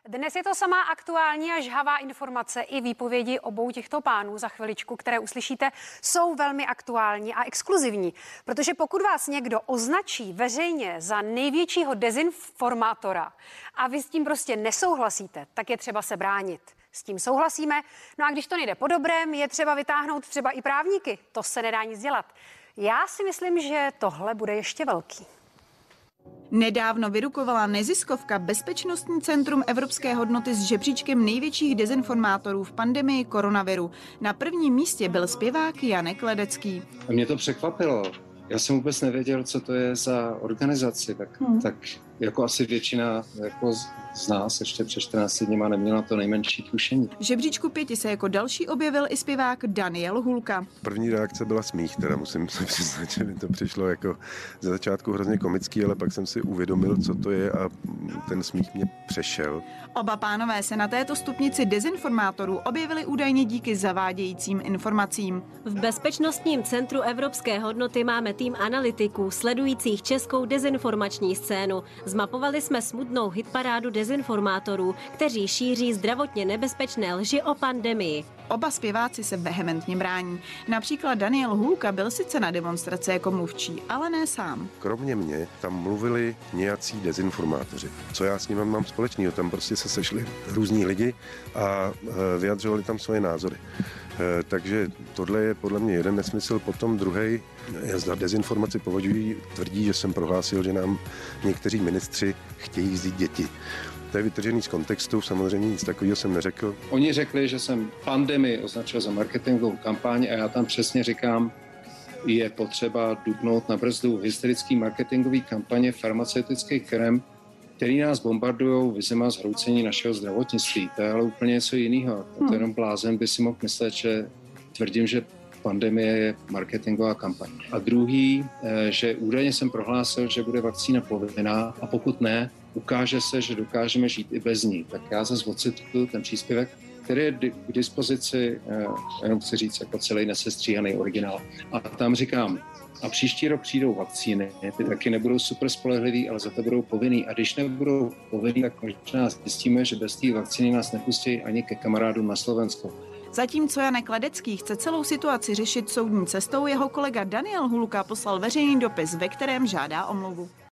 Dnes je to samá aktuální a žhavá informace i výpovědi obou těchto pánů za chviličku, které uslyšíte, jsou velmi aktuální a exkluzivní. Protože pokud vás někdo označí veřejně za největšího dezinformátora a vy s tím prostě nesouhlasíte, tak je třeba se bránit. S tím souhlasíme. No a když to nejde po dobrém, je třeba vytáhnout třeba i právníky. To se nedá nic dělat. Já si myslím, že tohle bude ještě velký. Nedávno vyrukovala neziskovka Bezpečnostní centrum evropské hodnoty s žebříčkem největších dezinformátorů v pandemii koronaviru. Na prvním místě byl zpěvák Janek Ledecký. Mě to překvapilo. Já jsem vůbec nevěděl, co to je za organizaci, tak jako asi většina z nás ještě před 14 dněma neměla to nejmenší tušení. V žebříčku 5 se jako další objevil i zpěvák Daniel Hulka. První reakce byla smích, teda musím se přiznat, že mi to přišlo jako ze začátku hrozně komický, ale pak jsem si uvědomil, co to je a ten smích mě přešel. Oba pánové se na této stupnici dezinformátorů objevili údajně díky zavádějícím informacím. V Bezpečnostním centru evropské hodnoty máme tým analytiků sledujících českou dezinformační scénu. Zmapovali jsme smutnou hitparádu dezinformátorů, kteří šíří zdravotně nebezpečné lži o pandemii. Oba zpěváci se vehementně brání. Například Daniel Hulka byl sice na demonstraci jako mluvčí, ale ne sám. Kromě mě tam mluvili nějací dezinformátoři. Co já s nimi mám společného? Tam prostě se sešli různí lidi a vyjadřovali tam svoje názory. Takže tohle je podle mě jeden nesmysl, potom druhý. Za dezinformaci tvrdí, že jsem prohlásil, že nám někteří ministři chtějí vzít děti. To je vytržený z kontextu, samozřejmě nic takového jsem neřekl. Oni řekli, že jsem pandemii označil za marketingovou kampaň a já tam přesně říkám, je potřeba dupnout na brzdu hysterický marketingový kampaně farmaceutických firm, který nás bombardujou vizema zhroucení našeho zdravotnictví. To je ale úplně něco jiného. To jenom blázen by si mohl myslet, že tvrdím, že pandemie je marketingová kampaň. A druhý, že údajně jsem prohlásil, že bude vakcína povinná a pokud ne, ukáže se, že dokážeme žít i bez ní. Tak já zase ocituju ten příspěvek, který je k dispozici, jenom chci říct, jako celý nesestříhaný originál. A tam říkám, a příští rok přijdou vakcíny, ty taky nebudou super spolehlivý, ale za to budou povinný. A když nebudou povinný, tak možná zjistíme, že bez té vakcíny nás nepustí ani ke kamarádům na Slovensko. Zatímco Janek Ledecký chce celou situaci řešit soudní cestou, jeho kolega Daniel Hulka poslal veřejný dopis, ve kterém žádá omluvu.